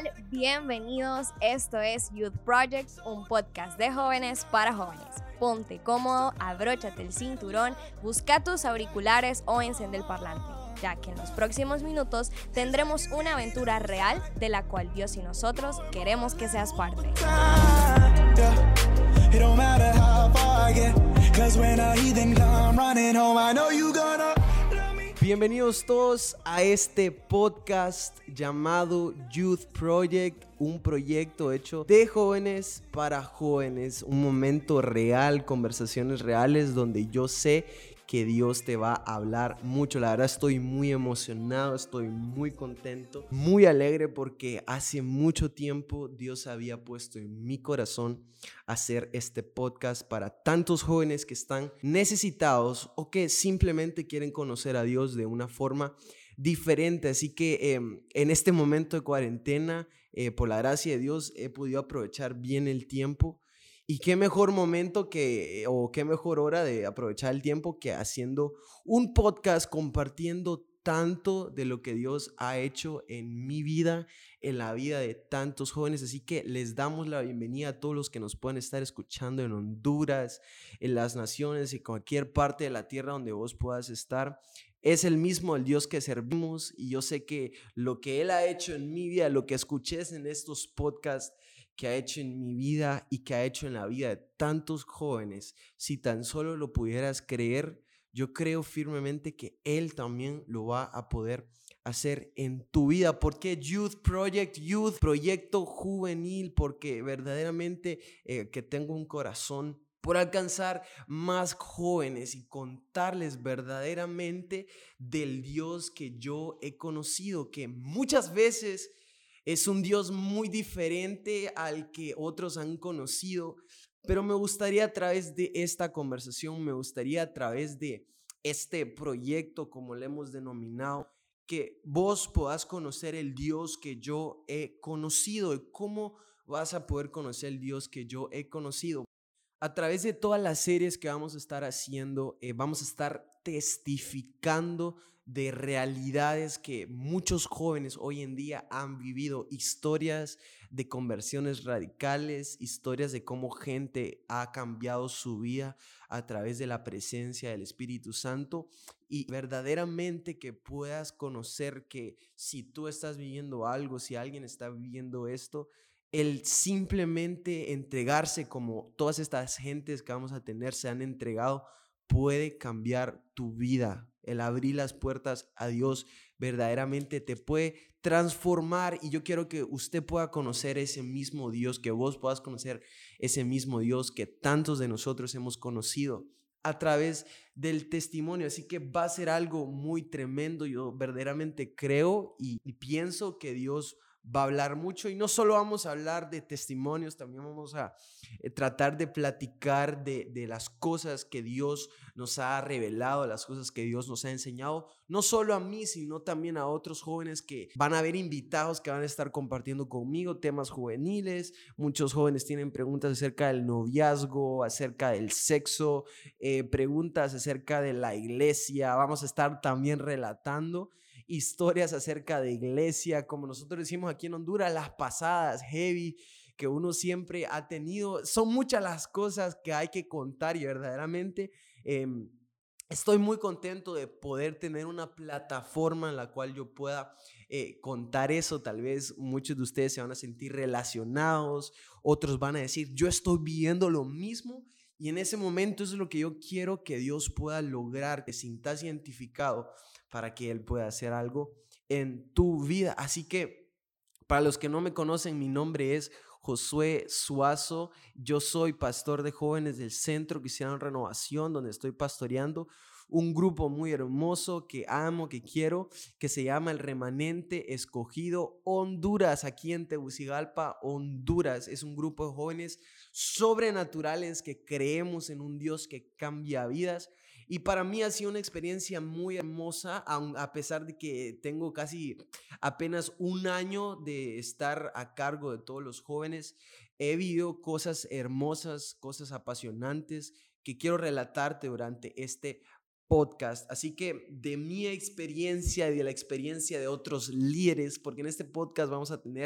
tal? Bienvenidos, esto es Youth Project, un podcast de jóvenes para jóvenes. Ponte cómodo, abróchate el cinturón, busca tus auriculares o enciende el parlante, ya que en los próximos minutos tendremos una aventura real de la cual Dios y nosotros queremos que seas parte. Bienvenidos todos a este podcast llamado Youth Project, un proyecto hecho de jóvenes para jóvenes, un momento real, conversaciones reales donde yo sé que Dios te va a hablar mucho. La verdad estoy muy emocionado, estoy muy contento, muy alegre porque hace mucho tiempo Dios había puesto en mi corazón hacer este podcast para tantos jóvenes que están necesitados o que simplemente quieren conocer a Dios de una forma diferente. Así que en este momento de cuarentena, por la gracia de Dios, he podido aprovechar bien el tiempo. Y qué mejor momento o qué mejor hora de aprovechar el tiempo que haciendo un podcast, compartiendo tanto de lo que Dios ha hecho en mi vida, en la vida de tantos jóvenes. Así que les damos la bienvenida a todos los que nos pueden estar escuchando en Honduras, en las naciones y cualquier parte de la tierra donde vos puedas estar. Es el mismo el Dios que servimos y yo sé que lo que Él ha hecho en mi vida, lo que escuches en estos podcasts, que ha hecho en mi vida y que ha hecho en la vida de tantos jóvenes, si tan solo lo pudieras creer, yo creo firmemente que Él también lo va a poder hacer en tu vida. ¿Por qué Youth Project? Youth, proyecto juvenil, porque verdaderamente que tengo un corazón por alcanzar más jóvenes y contarles verdaderamente del Dios que yo he conocido, que muchas veces es un Dios muy diferente al que otros han conocido, pero me gustaría a través de esta conversación, me gustaría a través de este proyecto, como le hemos denominado, que vos puedas conocer el Dios que yo he conocido. ¿Y cómo vas a poder conocer el Dios que yo he conocido? A través de todas las series que vamos a estar haciendo, vamos a estar testificando de realidades que muchos jóvenes hoy en día han vivido, historias de conversiones radicales, historias de cómo gente ha cambiado su vida a través de la presencia del Espíritu Santo, y verdaderamente que puedas conocer que si tú estás viviendo algo, si alguien está viviendo esto, el simplemente entregarse como todas estas gentes que vamos a tener se han entregado puede cambiar tu vida. El abrir las puertas a Dios verdaderamente te puede transformar, y yo quiero que usted pueda conocer ese mismo Dios, que vos puedas conocer ese mismo Dios que tantos de nosotros hemos conocido a través del testimonio. Así que va a ser algo muy tremendo. Yo verdaderamente creo y pienso que Dios va a hablar mucho, y no solo vamos a hablar de testimonios, también vamos a tratar de platicar de las cosas que Dios nos ha revelado, las cosas que Dios nos ha enseñado, no solo a mí, sino también a otros jóvenes que van a haber invitados que van a estar compartiendo conmigo temas juveniles. Muchos jóvenes tienen preguntas acerca del noviazgo, acerca del sexo, preguntas acerca de la iglesia. Vamos a estar también relatando historias acerca de iglesia, como nosotros decimos aquí en Honduras, las pasadas heavy que uno siempre ha tenido. Son muchas las cosas que hay que contar, y verdaderamente estoy muy contento de poder tener una plataforma en la cual yo pueda contar eso. Tal vez muchos de ustedes se van a sentir relacionados, otros van a decir, yo estoy viviendo lo mismo. Y en ese momento eso es lo que yo quiero que Dios pueda lograr, que sintas identificado para que Él pueda hacer algo en tu vida. Así que para los que no me conocen, mi nombre es Josué Suazo. Yo soy pastor de jóvenes del Centro Cristiano Renovación, donde estoy pastoreando un grupo muy hermoso que amo, que quiero, que se llama el Remanente Escogido Honduras, aquí en Tegucigalpa, Honduras. Es un grupo de jóvenes sobrenaturales que creemos en un Dios que cambia vidas. Y para mí ha sido una experiencia muy hermosa, a pesar de que tengo casi apenas un año de estar a cargo de todos los jóvenes. He vivido cosas hermosas, cosas apasionantes que quiero relatarte durante este podcast. Así que de mi experiencia y de la experiencia de otros líderes, porque en este podcast vamos a tener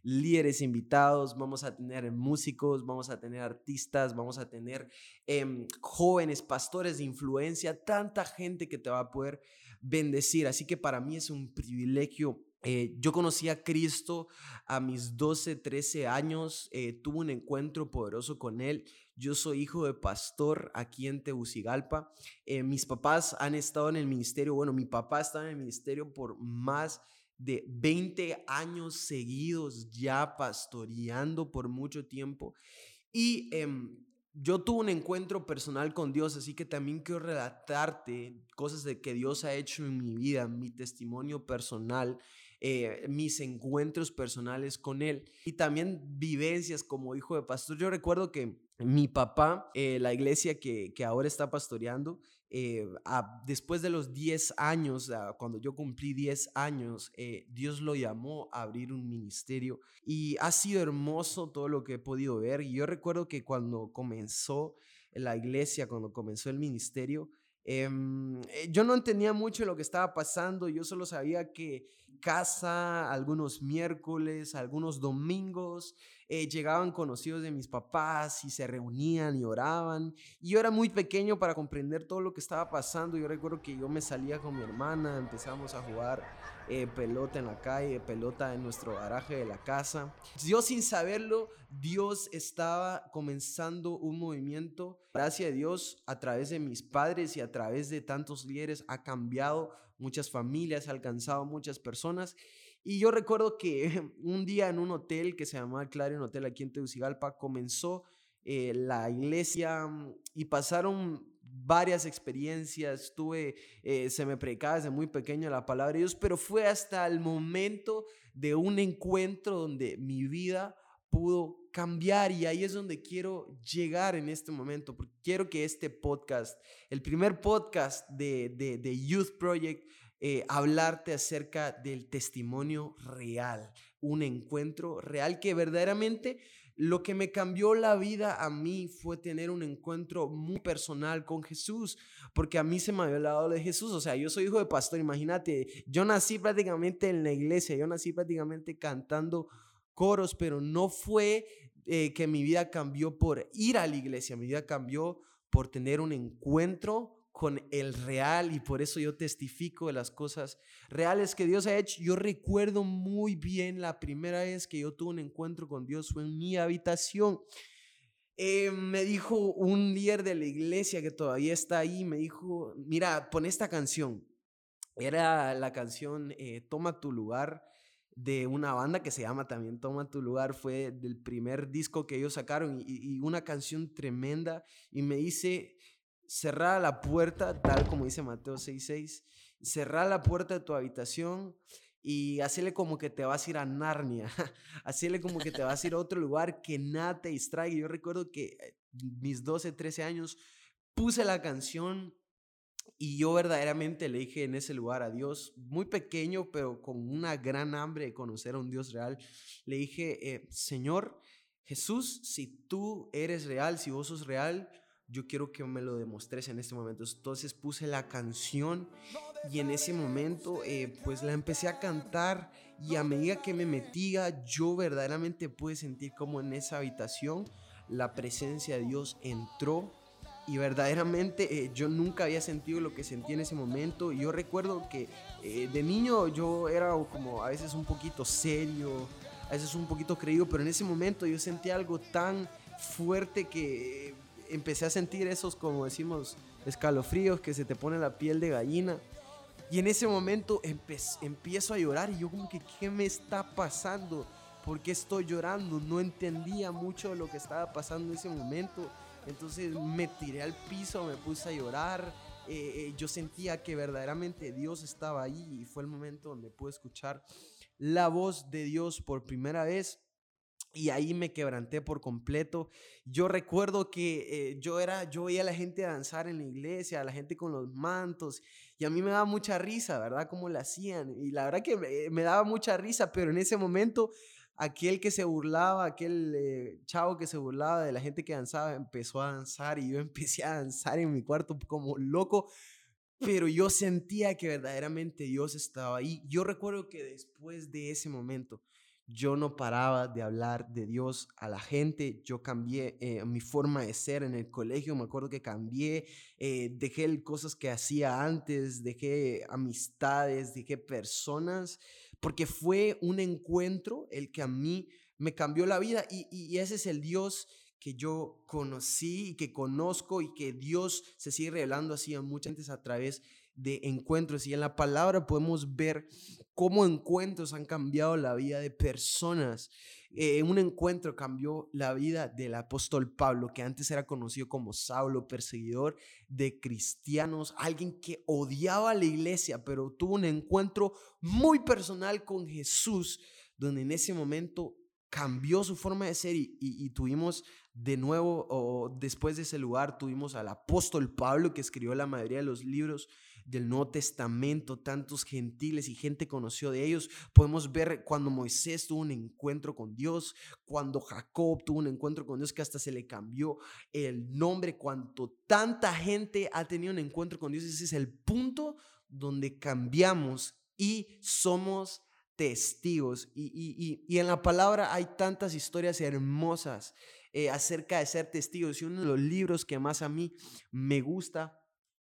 líderes invitados, vamos a tener músicos, vamos a tener artistas, vamos a tener jóvenes, pastores de influencia, tanta gente que te va a poder bendecir. Así que para mí es un privilegio. Yo conocí a Cristo a mis 12, 13 años, tuve un encuentro poderoso con Él. Yo soy hijo de pastor aquí en Tegucigalpa. Mis papás han estado en el ministerio, bueno, mi papá está en el ministerio por más de 20 años seguidos ya pastoreando por mucho tiempo. Y yo tuve un encuentro personal con Dios, así que también quiero relatarte cosas de que Dios ha hecho en mi vida, mi testimonio personal, mis encuentros personales con Él y también vivencias como hijo de pastor. Yo recuerdo que mi papá, la iglesia que ahora está pastoreando, después de los 10 años, cuando yo cumplí 10 años, Dios lo llamó a abrir un ministerio y ha sido hermoso todo lo que he podido ver. Y yo recuerdo que cuando comenzó la iglesia, cuando comenzó el ministerio, yo no entendía mucho lo que estaba pasando. Yo solo sabía que casa algunos miércoles, algunos domingos, llegaban conocidos de mis papás y se reunían y oraban. Y yo era muy pequeño para comprender todo lo que estaba pasando. Yo recuerdo que yo me salía con mi hermana, empezamos a jugar pelota en la calle, pelota en nuestro garaje de la casa. Yo sin saberlo, Dios estaba comenzando un movimiento. Gracias a Dios, a través de mis padres y a través de tantos líderes, ha cambiado muchas familias, ha alcanzado muchas personas. Y yo recuerdo que un día en un hotel que se llamaba Clarion Hotel aquí en Tegucigalpa comenzó la iglesia y pasaron varias experiencias. Se me predicaba desde muy pequeño la palabra de Dios, pero fue hasta el momento de un encuentro donde mi vida pudo cambiar, y ahí es donde quiero llegar en este momento, porque quiero que este podcast, el primer podcast de Youth Project, hablarte acerca del testimonio real, un encuentro real que verdaderamente lo que me cambió la vida a mí fue tener un encuentro muy personal con Jesús, porque a mí se me había hablado de Jesús. O sea, yo soy hijo de pastor, imagínate, yo nací prácticamente en la iglesia, yo nací prácticamente cantando coros, pero no fue que mi vida cambió por ir a la iglesia, mi vida cambió por tener un encuentro con el real, y por eso yo testifico de las cosas reales que Dios ha hecho. Yo recuerdo muy bien la primera vez que yo tuve un encuentro con Dios fue en mi habitación. Me dijo un líder de la iglesia que todavía está ahí, me dijo, mira, pon esta canción. Era la canción Toma tu lugar, de una banda que se llama también Toma tu lugar. Fue del primer disco que ellos sacaron y una canción tremenda. Y me dice, cerrar la puerta, tal como dice Mateo 6:6, cerrar la puerta de tu habitación y hacerle como que te vas a ir a Narnia, hacerle como que te vas a ir a otro lugar, que nada te distraiga. Yo recuerdo que mis 12, 13 años puse la canción y yo verdaderamente le dije en ese lugar a Dios, muy pequeño, pero con una gran hambre de conocer a un Dios real. Le dije, Señor Jesús, si tú eres real, si vos sos real, yo quiero que me lo demostres en este momento. Entonces puse la canción y en ese momento pues la empecé a cantar, y a medida que me metía, yo verdaderamente pude sentir como en esa habitación la presencia de Dios entró. Y verdaderamente yo nunca había sentido lo que sentí en ese momento. Y yo recuerdo que de niño yo era como a veces un poquito serio, a veces un poquito creído, pero en ese momento yo sentí algo tan fuerte que empecé a sentir esos, como decimos, escalofríos, que se te pone la piel de gallina. Y en ese momento empiezo a llorar, y yo como que, ¿qué me está pasando? ¿Por qué estoy llorando? No entendía mucho de lo que estaba pasando en ese momento. Entonces me tiré al piso, me puse a llorar. Yo sentía que verdaderamente Dios estaba ahí, y fue el momento donde pude escuchar la voz de Dios por primera vez. Y ahí me quebranté por completo. Yo recuerdo que yo veía a la gente danzar en la iglesia, a la gente con los mantos, y a mí me daba mucha risa, ¿verdad? Cómo lo hacían. Y la verdad que me daba mucha risa, pero en ese momento aquel que se burlaba, aquel chavo que se burlaba de la gente que danzaba, empezó a danzar, y yo empecé a danzar en mi cuarto como loco. Pero yo sentía que verdaderamente Dios estaba ahí. Yo recuerdo que después de ese momento, yo no paraba de hablar de Dios a la gente. Yo cambié mi forma de ser en el colegio. Me acuerdo que cambié, dejé cosas que hacía antes, dejé amistades, dejé personas, porque fue un encuentro el que a mí me cambió la vida y ese es el Dios que yo conocí y que conozco y que Dios se sigue revelando así a mucha gente a través de encuentros. Y en la palabra podemos ver cómo encuentros han cambiado la vida de personas. Un encuentro cambió la vida del apóstol Pablo, que antes era conocido como Saulo, perseguidor de cristianos, alguien que odiaba a la iglesia, pero tuvo un encuentro muy personal con Jesús, donde en ese momento cambió su forma de ser y tuvimos de nuevo, o después de ese lugar, tuvimos al apóstol Pablo, que escribió la mayoría de los libros del Nuevo Testamento. Tantos gentiles y gente conoció de ellos. Podemos ver cuando Moisés tuvo un encuentro con Dios, cuando Jacob tuvo un encuentro con Dios que hasta se le cambió el nombre, cuando tanta gente ha tenido un encuentro con Dios. Ese es el punto donde cambiamos y somos testigos. Y en la palabra hay tantas historias hermosas acerca de ser testigos. Y uno de los libros que más a mí me gusta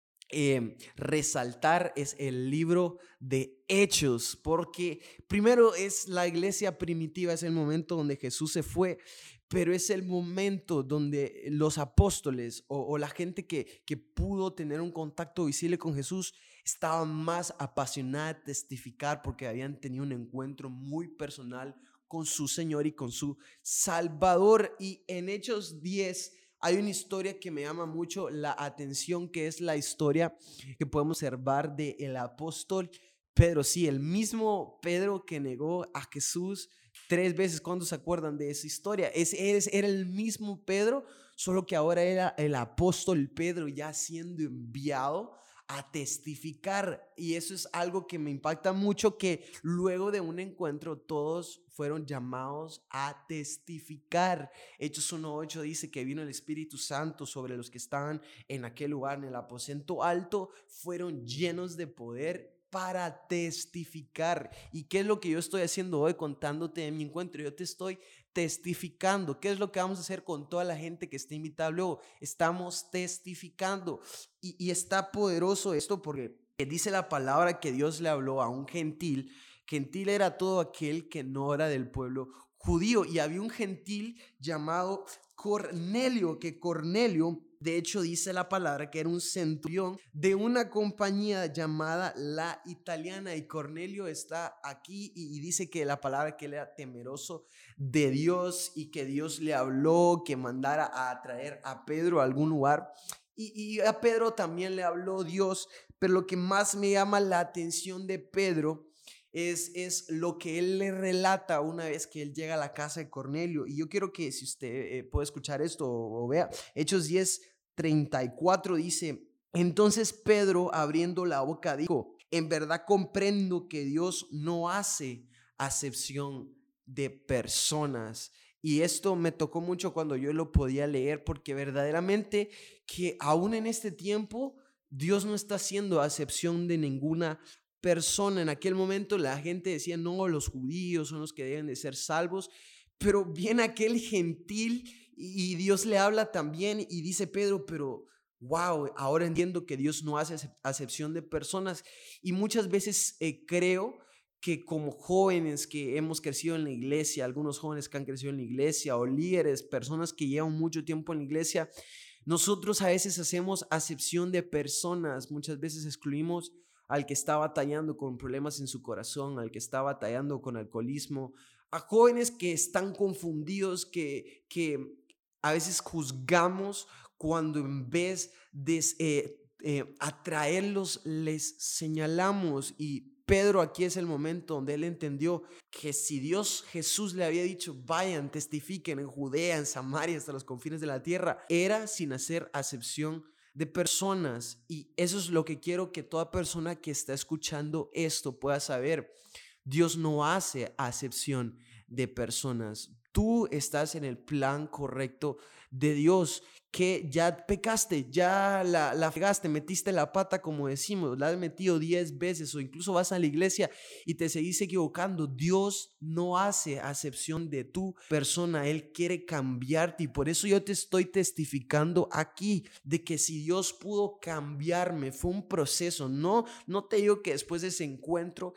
resaltar es el libro de Hechos, porque primero es la iglesia primitiva, es el momento donde Jesús se fue, pero es el momento donde los apóstoles o la gente que pudo tener un contacto visible con Jesús estaba más apasionada de testificar porque habían tenido un encuentro muy personal con su Señor y con su Salvador. Y en Hechos 10 hay una historia que me llama mucho la atención, que es la historia que podemos observar del apóstol Pedro. Sí, el mismo Pedro que negó a Jesús 3 veces. ¿Cuántos se acuerdan de esa historia? Era el mismo Pedro, solo que ahora era el apóstol Pedro ya siendo enviado a testificar. Y eso es algo que me impacta mucho, que luego de un encuentro todos fueron llamados a testificar. Hechos 1:8 dice que vino el Espíritu Santo sobre los que estaban en aquel lugar, en el aposento alto, fueron llenos de poder para testificar. ¿Y qué es lo que yo estoy haciendo hoy contándote de mi encuentro? Yo te estoy testificando. ¿Qué es lo que vamos a hacer con toda la gente que está invitada luego? Estamos testificando. Y está poderoso esto porque dice la palabra que Dios le habló a un gentil. Gentil era todo aquel que no era del pueblo judío. Y había un gentil llamado Cornelio, que Cornelio, de hecho, dice la palabra que era un centurión de una compañía llamada La Italiana. Y Cornelio está aquí y dice que la palabra que él era temeroso de Dios y que Dios le habló que mandara a traer a Pedro a algún lugar. Y a Pedro también le habló Dios, pero lo que más me llama la atención de Pedro es lo que él le relata una vez que él llega a la casa de Cornelio. Y yo quiero que, si usted puede escuchar esto o vea, Hechos 10:34 dice: entonces Pedro, abriendo la boca, dijo: en verdad comprendo que Dios no hace acepción de personas. Y esto me tocó mucho cuando yo lo podía leer, porque verdaderamente que aún en este tiempo Dios no está haciendo acepción de ninguna persona. En aquel momento la gente decía: no, los judíos son los que deben de ser salvos. Pero viene aquel gentil y Dios le habla también y dice Pedro: pero wow, ahora entiendo que Dios no hace acepción de personas. Y muchas veces creo que como jóvenes que hemos crecido en la iglesia, algunos jóvenes que han crecido en la iglesia o líderes, personas que llevan mucho tiempo en la iglesia, nosotros a veces hacemos acepción de personas. Muchas veces excluimos al que está batallando con problemas en su corazón, al que está batallando con alcoholismo, a jóvenes que están confundidos, que a veces juzgamos cuando en vez de atraerlos les señalamos. Y Pedro aquí es el momento donde él entendió que si Jesús le había dicho: vayan, testifiquen en Judea, en Samaria, hasta los confines de la tierra, era sin hacer acepción de personas. Y eso es lo que quiero que toda persona que está escuchando esto pueda saber. Dios no hace acepción de personas. tú estás en el plan correcto de Dios, que ya pecaste, ya la fregaste, metiste la pata como decimos, la has metido 10 veces o incluso vas a la iglesia y te seguís equivocando. Dios no hace acepción de tu persona, Él quiere cambiarte y por eso yo te estoy testificando aquí de que si Dios pudo cambiarme, fue un proceso. No te digo que después de ese encuentro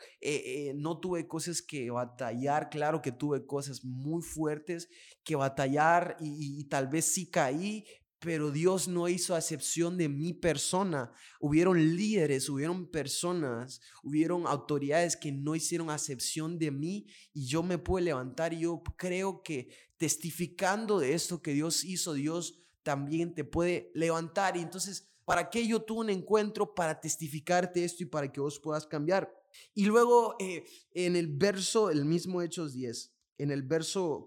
no tuve cosas que batallar, claro que tuve cosas muy fuertes que batallar y tal vez sí caí, pero Dios no hizo acepción de mi persona. Hubieron líderes, hubieron personas, hubieron autoridades que no hicieron acepción de mí y yo me puedo levantar y yo creo que testificando de esto que Dios hizo, Dios también te puede levantar. Y entonces, ¿para qué yo tuve un encuentro? Para testificarte esto y para que vos puedas cambiar. Y luego en el verso, el mismo Hechos 10, en el verso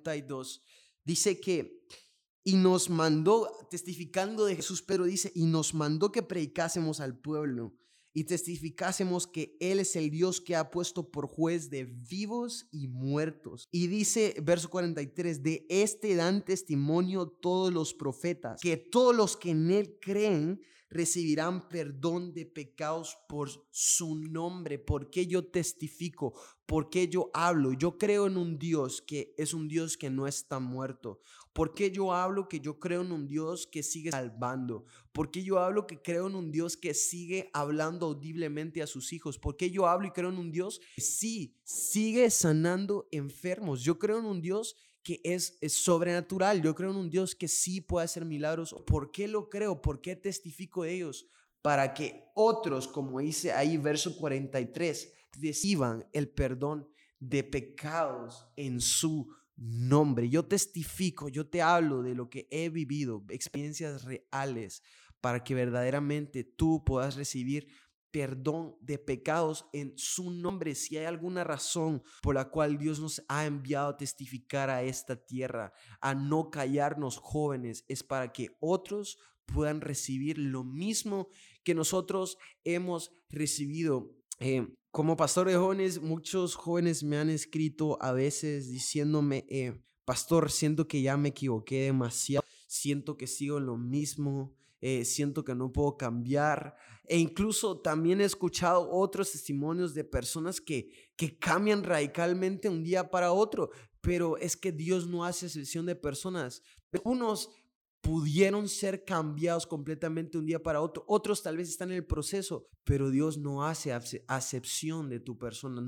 42, dice que y nos mandó, testificando de Jesús, pero dice, y nos mandó que predicásemos al pueblo y testificásemos que Él es el Dios que ha puesto por juez de vivos y muertos. Y dice, verso 43, de este dan testimonio todos los profetas, que todos los que en Él creen recibirán perdón de pecados por su nombre. ¿Por qué yo testifico? ¿Por qué yo hablo? Yo creo en un Dios que es un Dios que no está muerto. ¿Por qué yo hablo que yo creo en un Dios que sigue salvando? ¿Por qué yo hablo que creo en un Dios que sigue hablando audiblemente a sus hijos? ¿Por qué yo hablo y creo en un Dios que sí sigue sanando enfermos? Yo creo en un Dios que es sobrenatural. Yo creo en un Dios que sí puede hacer milagros. ¿Por qué lo creo? ¿Por qué testifico de ellos? Para que otros, como dice ahí verso 43, reciban el perdón de pecados en su nombre. Yo testifico, yo te hablo de lo que he vivido, experiencias reales, para que verdaderamente tú puedas recibir perdón de pecados en su nombre. Si hay alguna razón por la cual Dios nos ha enviado a testificar a esta tierra, a no callarnos jóvenes, es para que otros puedan recibir lo mismo que nosotros hemos recibido. Como pastor de jóvenes, muchos jóvenes me han escrito a veces diciéndome, pastor, siento que ya me equivoqué demasiado, siento que sigo en lo mismo, siento que no puedo cambiar. E incluso también he escuchado otros testimonios de personas que cambian radicalmente un día para otro, pero es que Dios no hace excepción de personas. Unos pudieron ser cambiados completamente un día para otro, otros tal vez están en el proceso, pero Dios no hace acepción de tu persona,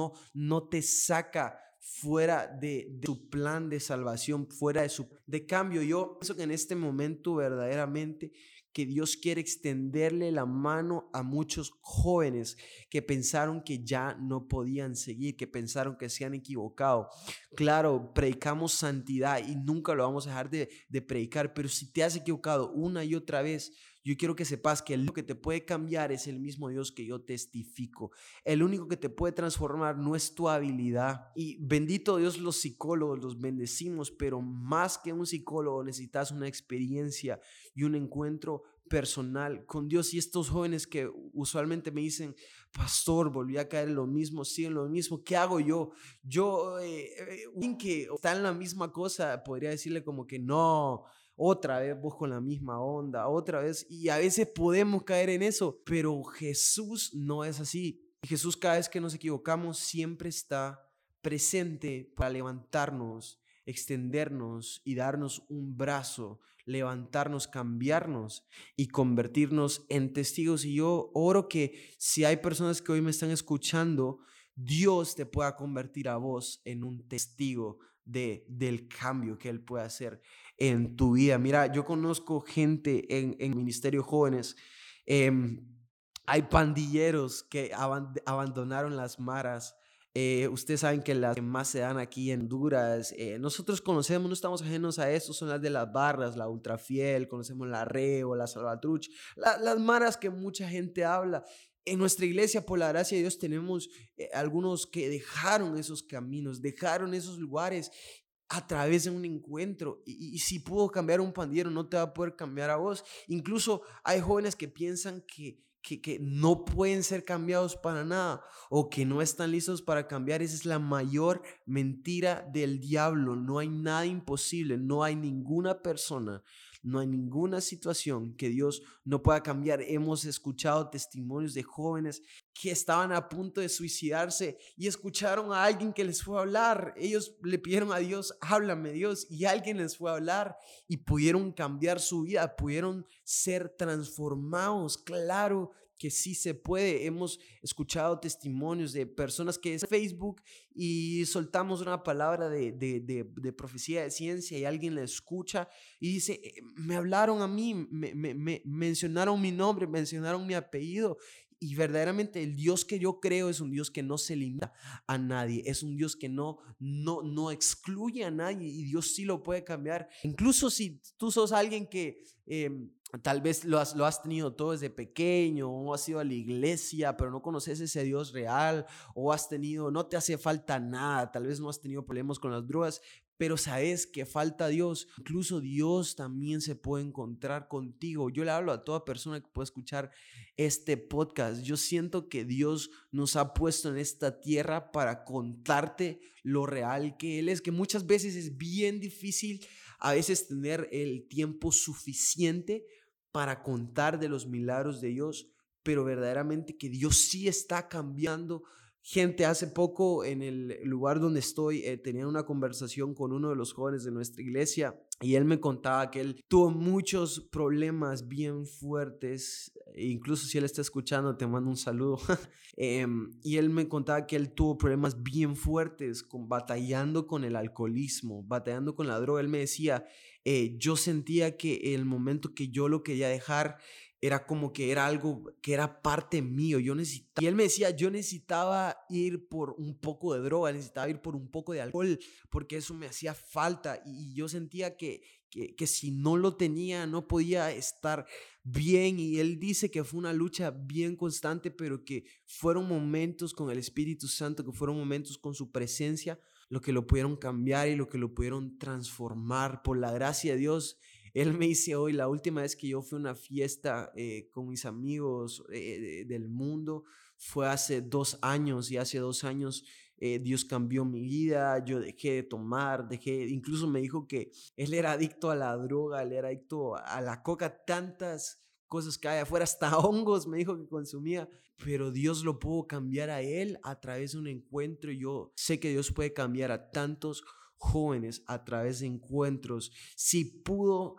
no te saca fuera de su plan de salvación, fuera de cambio. Yo pienso que en este momento verdaderamente que Dios quiere extenderle la mano a muchos jóvenes que pensaron que ya no podían seguir, que pensaron que se han equivocado. Claro, predicamos santidad y nunca lo vamos a dejar de predicar, pero si te has equivocado una y otra vez, yo quiero que sepas que lo que te puede cambiar es el mismo Dios que yo testifico. El único que te puede transformar no es tu habilidad. Y bendito Dios, los psicólogos los bendecimos, pero más que un psicólogo necesitas una experiencia y un encuentro personal con Dios. Y estos jóvenes que usualmente me dicen, pastor, volví a caer en lo mismo, sí, en lo mismo, ¿qué hago yo? Yo, que está en la misma cosa, podría decirle como que no, otra vez vos con la misma onda, otra vez, y a veces podemos caer en eso, pero Jesús no es así. Jesús, cada vez que nos equivocamos, siempre está presente para levantarnos, extendernos y darnos un brazo, levantarnos, cambiarnos y convertirnos en testigos. Y yo oro que si hay personas que hoy me están escuchando, Dios te pueda convertir a vos en un testigo del cambio que Él puede hacer en tu vida. Mira, yo conozco gente en Ministerio Jóvenes, hay pandilleros que abandonaron las maras. Ustedes saben que las que más se dan aquí en Honduras, nosotros conocemos, no estamos ajenos a esto, son las de las barras, la Ultrafiel, conocemos la Reo, la Salvatruch, las maras que mucha gente habla. En nuestra iglesia, por la gracia de Dios, tenemos algunos que dejaron esos caminos, dejaron esos lugares a través de un encuentro. Y si pudo cambiar un pandillero, no te va a poder cambiar a vos. Incluso hay jóvenes que piensan que no pueden ser cambiados para nada o que no están listos para cambiar. Esa es la mayor mentira del diablo. No hay nada imposible, no hay ninguna persona, no hay ninguna situación que Dios no pueda cambiar. Hemos escuchado testimonios de jóvenes que estaban a punto de suicidarse y escucharon a alguien que les fue a hablar. Ellos le pidieron a Dios, háblame Dios, y alguien les fue a hablar y pudieron cambiar su vida, pudieron ser transformados. Claro que sí se puede. Hemos escuchado testimonios de personas que es Facebook y soltamos una palabra de profecía de ciencia y alguien la escucha y dice, me hablaron a mí, me mencionaron mi nombre, mencionaron mi apellido. Y verdaderamente el Dios que yo creo es un Dios que no se limita a nadie, es un Dios que no excluye a nadie, y Dios sí lo puede cambiar. Incluso si tú sos alguien que tal vez lo has tenido todo desde pequeño, o has ido a la iglesia pero no conoces ese Dios real, o no te hace falta nada, tal vez no has tenido problemas con las drogas, pero sabes que falta Dios. Incluso Dios también se puede encontrar contigo. Yo le hablo a toda persona que pueda escuchar este podcast. Yo siento que Dios nos ha puesto en esta tierra para contarte lo real que Él es, que muchas veces es bien difícil a veces tener el tiempo suficiente para contar de los milagros de Dios, pero verdaderamente que Dios sí está cambiando. Gente, hace poco en el lugar donde estoy tenía una conversación con uno de los jóvenes de nuestra iglesia y él me contaba que él tuvo muchos problemas bien fuertes. Incluso si él está escuchando, te mando un saludo. Y él me contaba que él tuvo problemas bien fuertes batallando con el alcoholismo, batallando con la droga. Él me decía, yo sentía que el momento que yo lo quería dejar era como que era algo que era parte mío. Y él me decía, yo necesitaba ir por un poco de droga, necesitaba ir por un poco de alcohol, porque eso me hacía falta. Y yo sentía que si no lo tenía, no podía estar bien. Y él dice que fue una lucha bien constante, pero que fueron momentos con el Espíritu Santo, que fueron momentos con su presencia, lo que lo pudieron cambiar y lo que lo pudieron transformar por la gracia de Dios. Él me dice hoy, la última vez que yo fui a una fiesta con mis amigos del mundo fue hace 2 años, y hace 2 años Dios cambió mi vida. Yo dejé de tomar, incluso me dijo que él era adicto a la droga, él era adicto a la coca, tantas cosas que hay afuera, hasta hongos me dijo que consumía, pero Dios lo pudo cambiar a él a través de un encuentro. Yo sé que Dios puede cambiar a tantos jóvenes a través de encuentros. Si pudo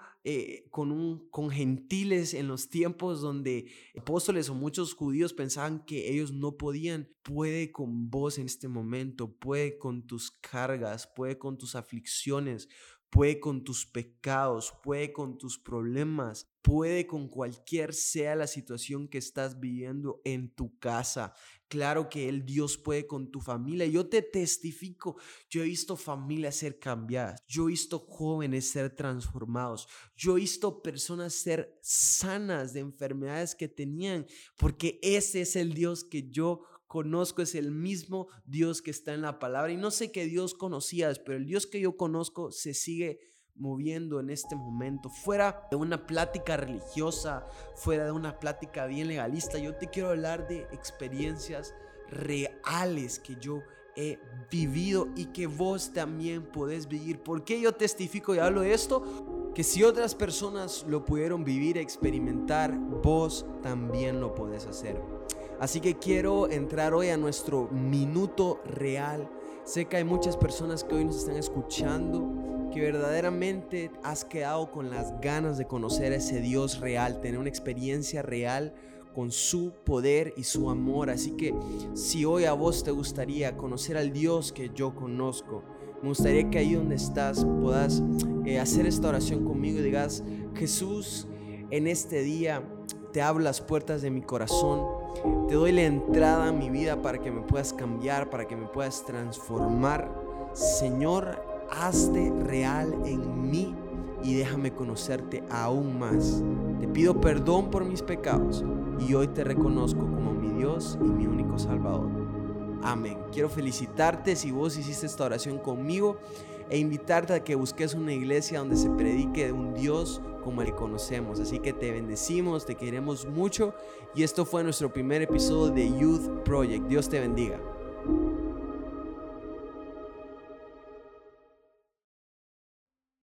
con gentiles en los tiempos donde apóstoles o muchos judíos pensaban que ellos no podían, puede con vos en este momento, puede con tus cargas, puede con tus aflicciones, puede con tus pecados, puede con tus problemas, puede con cualquier sea la situación que estás viviendo en tu casa. Claro que Dios puede con tu familia. Yo te testifico, yo he visto familias ser cambiadas, yo he visto jóvenes ser transformados, yo he visto personas ser sanas de enfermedades que tenían, porque ese es el Dios que yo conozco, es el mismo Dios que está en la palabra. Y no sé qué Dios conocías, pero el Dios que yo conozco se sigue moviendo en este momento. Fuera de una plática religiosa, fuera de una plática bien legalista, yo te quiero hablar de experiencias reales que yo he vivido y que vos también podés vivir. ¿Por qué yo testifico y hablo de esto? Que si otras personas lo pudieron vivir, experimentar, vos también lo podés hacer. Así que quiero entrar hoy a nuestro minuto real. Sé que hay muchas personas que hoy nos están escuchando, que verdaderamente has quedado con las ganas de conocer a ese Dios real, tener una experiencia real con su poder y su amor. Así que si hoy a vos te gustaría conocer al Dios que yo conozco, me gustaría que ahí donde estás puedas hacer esta oración conmigo y digas: Jesús, en este día te abro las puertas de mi corazón, te doy la entrada a mi vida para que me puedas cambiar, para que me puedas transformar. Señor, hazte real en mí y déjame conocerte aún más. Te pido perdón por mis pecados y hoy te reconozco como mi Dios y mi único Salvador. Amén. Quiero felicitarte si vos hiciste esta oración conmigo. e invitarte a que busques una iglesia donde se predique de un Dios como el que conocemos. Así que te bendecimos, te queremos mucho y esto fue nuestro primer episodio de Youth Project. Dios te bendiga.